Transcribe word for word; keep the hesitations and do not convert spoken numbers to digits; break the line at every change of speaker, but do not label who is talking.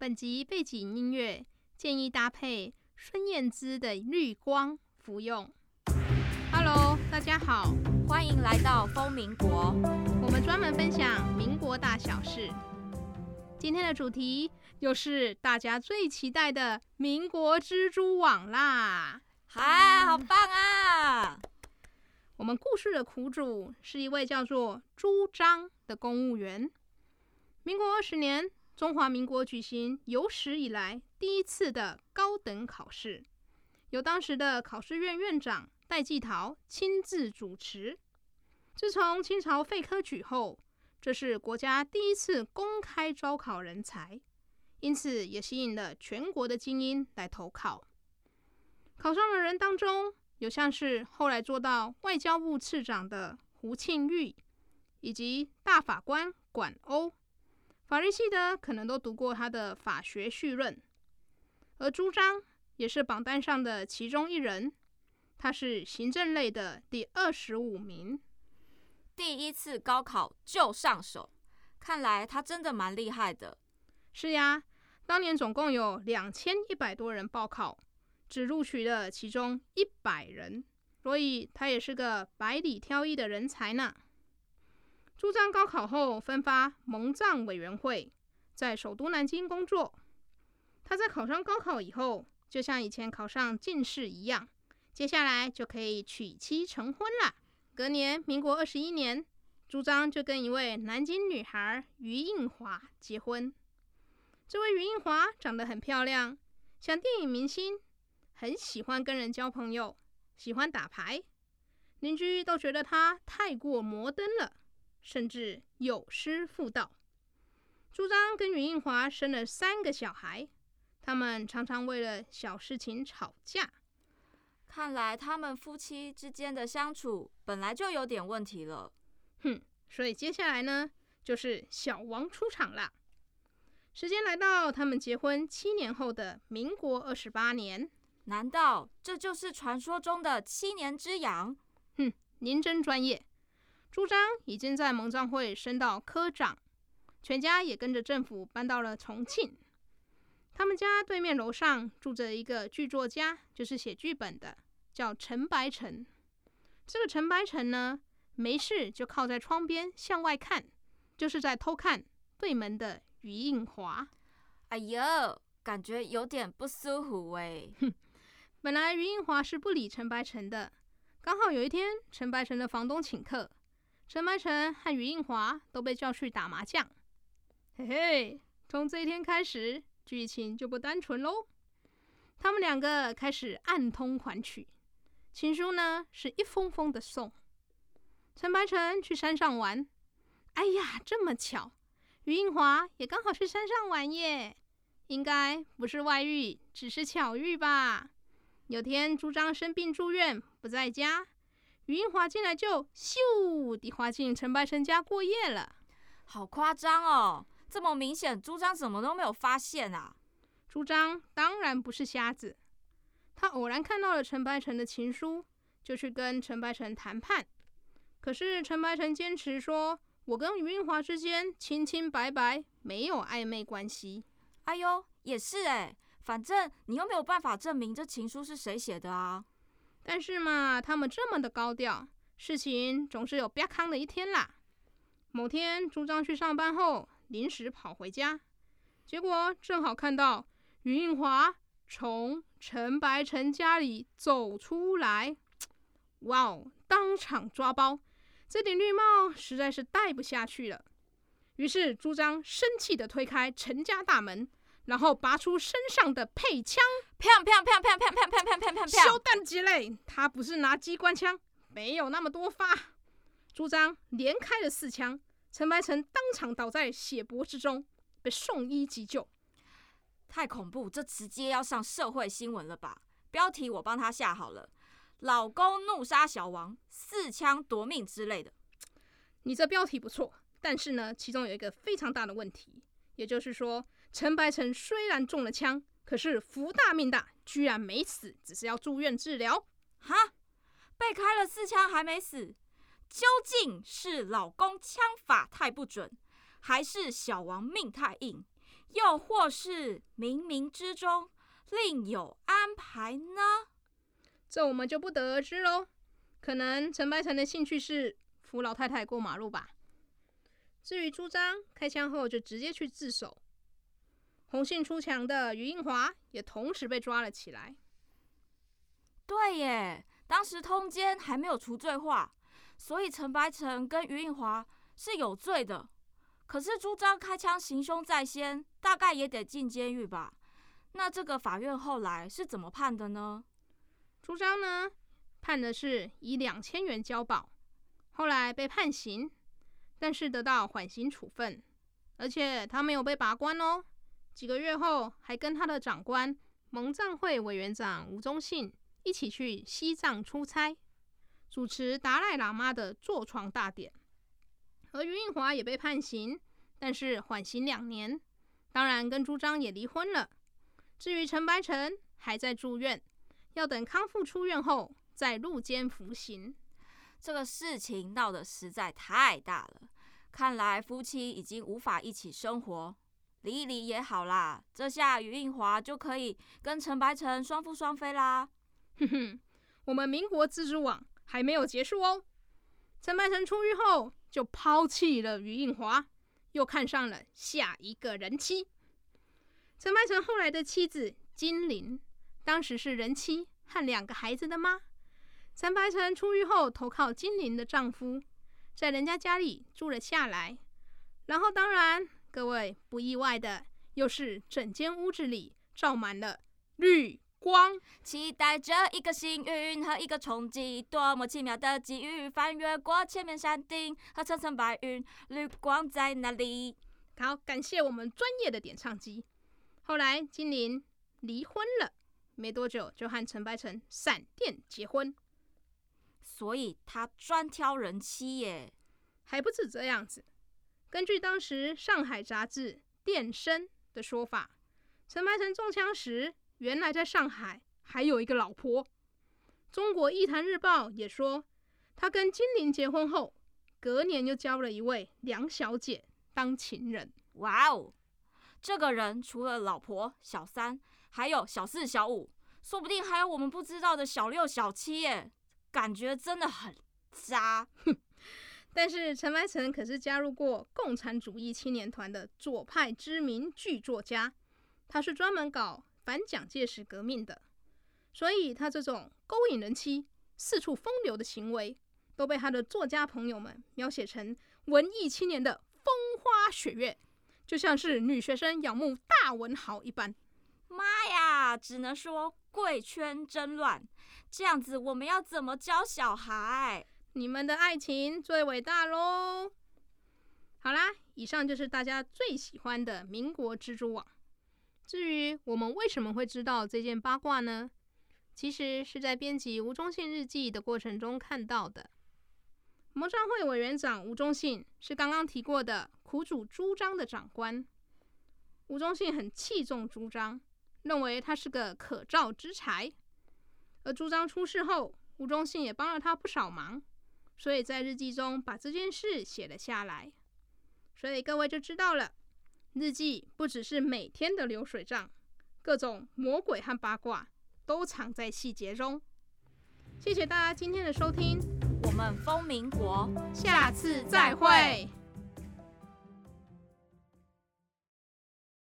本集背景音乐建议搭配孙燕姿的《绿光》服用。Hello， 大家好，
欢迎来到疯民国，
我们专门分享民国大小事。今天的主题又是大家最期待的民国蜘蛛网啦！
嗨，好棒啊！
我们故事的苦主是一位叫做朱璋的公务员。民国二十年，中华民国举行有史以来第一次的高等考试，由当时的考试院院长戴季陶亲自主持。自从清朝废科举后，这是国家第一次公开招考人才，因此也吸引了全国的精英来投考。考上的人当中，有像是后来做到外交部次长的胡庆玉，以及大法官管欧。法律系的可能都读过他的法学绪论，而朱璋也是榜单上的其中一人，他是行政类的第二十五名。
第一次高考就上手，看来他真的蛮厉害的。
是呀，当年总共有两千一百多人报考，只录取了其中一百人，所以他也是个百里挑一的人才呢。朱璋高考后分发蒙藏委员会，在首都南京工作。他在考上高考以后，就像以前考上进士一样，接下来就可以娶妻成婚了。隔年，民国二十一年，朱璋就跟一位南京女孩于应华结婚。这位于应华长得很漂亮，像电影明星，很喜欢跟人交朋友，喜欢打牌。邻居都觉得她太过摩登了，甚至有失妇道。朱璋跟于应华生了三个小孩，他们常常为了小事情吵架。
看来他们夫妻之间的相处本来就有点问题了。
哼，所以接下来呢，就是小王出场啦。时间来到他们结婚七年后的民国二十八年。
难道这就是传说中的七年之痒？
哼，您真专业。朱璋已经在蒙藏会升到科长，全家也跟着政府搬到了重庆。他们家对面楼上住着一个剧作家，就是写剧本的，叫陈白尘。这个陈白尘呢，没事就靠在窗边向外看，就是在偷看对门的于应华。
哎呀，感觉有点不舒服哎。
本来于应华是不理陈白尘的，刚好有一天，陈白尘的房东请客，陈白尘和于应华都被叫去打麻将。嘿嘿，从这一天开始，剧情就不单纯喽。他们两个开始暗通款曲，情书呢是一封封的送。陈白尘去山上玩，哎呀，这么巧，于应华也刚好去山上玩耶，应该不是外遇，只是巧遇吧。有天朱璋生病住院不在家，于应华进来就咻地滑进陈白尘家过夜了。
好夸张哦，这么明显，朱璋怎么都没有发现啊？
朱璋当然不是瞎子，他偶然看到了陈白尘的情书，就去跟陈白尘谈判。可是陈白尘坚持说，我跟于应华之间清清白白，没有暧昧关系。
哎呦，也是哎，反正你又没有办法证明这情书是谁写的啊。
但是嘛，他们这么的高调，事情总是有啪康的一天啦。某天，朱璋去上班后，临时跑回家，结果正好看到于应华从陈白尘家里走出来。哇哦，当场抓包，这顶绿帽实在是戴不下去了。于是朱璋生气地推开陈家大门，然后拔出身上的配枪，
砰砰砰砰砰砰砰砰砰砰砰！
修弹之类，他不是拿机关枪，没有那么多发。朱璋连开了四枪，陈白尘当场倒在血泊之中，被送医急救。
太恐怖，这直接要上社会新闻了吧？标题我帮他下好了，老公怒杀小王，四枪夺命之类的。
你这标题不错，但是呢，其中有一个非常大的问题，也就是说，陈白尘虽然中了枪，可是福大命大，居然没死，只是要住院治疗。
哈，被开了四枪还没死，究竟是老公枪法太不准，还是小王命太硬？ 又或是冥冥之中另有安排呢？
这我们就不得而知喽。可能陈白城的兴趣是扶老太太过马路吧。至于朱璋，开枪后就直接去自首。红杏出墙的于应华也同时被抓了起来。
对耶，当时通奸还没有除罪化，所以陈白城跟于应华是有罪的。可是朱璋开枪行凶在先，大概也得进监狱吧？那这个法院后来是怎么判的呢？
朱璋呢，判的是以两千元交保，后来被判刑，但是得到缓刑处分，而且他没有被拔官哦。几个月后，还跟他的长官蒙藏会委员长吴宗信一起去西藏出差，主持达赖喇嘛的坐床大典。而于应华也被判刑，但是缓刑两年，当然跟朱璋也离婚了。至于陈白城，还在住院，要等康复出院后再入监服刑。
这个事情闹得实在太大了，看来夫妻已经无法一起生活，离一离也好啦。这下于应华就可以跟陈白城双宿双飞啦。
哼哼，我们民国蜘蛛网还没有结束哦。陈白城出狱后就抛弃了于应华，又看上了下一个人妻。陈白城后来的妻子金玲，当时是人妻和两个孩子的妈。陈白城出狱后投靠金玲的丈夫，在人家家里住了下来。然后当然各位不意外的，又是整间屋子里照满了绿光，
期待着一个幸运和一个冲击，多么奇妙的际遇！翻越过前面山顶和层层白云，绿光在哪里？
好，感谢我们专业的点唱机。后来金玲离婚了，没多久就和陈白城闪电结婚。
所以他专挑人妻耶。
还不止这样子，根据当时上海杂志《电声》的说法，陈白城中枪时原来在上海还有一个老婆。中国艺坛日报也说，他跟金玲结婚后，隔年又交了一位梁小姐当情人。
哇哦，这个人除了老婆、小三，还有小四、小五，说不定还有我们不知道的小六、小七耶，感觉真的很渣。
但是陈白城可是加入过共产主义青年团的左派知名剧作家，他是专门搞反蒋介石革命的，所以他这种勾引人妻、四处风流的行为，都被他的作家朋友们描写成文艺青年的风花雪月，就像是女学生仰慕大文豪一般。
妈呀，只能说贵圈真乱，这样子我们要怎么教小孩？
你们的爱情最伟大咯。好啦，以上就是大家最喜欢的民国蜘蛛网。至于我们为什么会知道这件八卦呢？其实是在编辑吴宗信日记的过程中看到的。蒙藏会委员长吴宗信是刚刚提过的苦主朱璋的长官。吴宗信很器重朱璋，认为他是个可造之才。而朱璋出事后，吴宗信也帮了他不少忙，所以在日记中把这件事写了下来。所以各位就知道了，日记不只是每天的流水账，各种魔鬼和八卦都藏在细节中。谢谢大家今天的收听，
我们疯民国，
下次再会。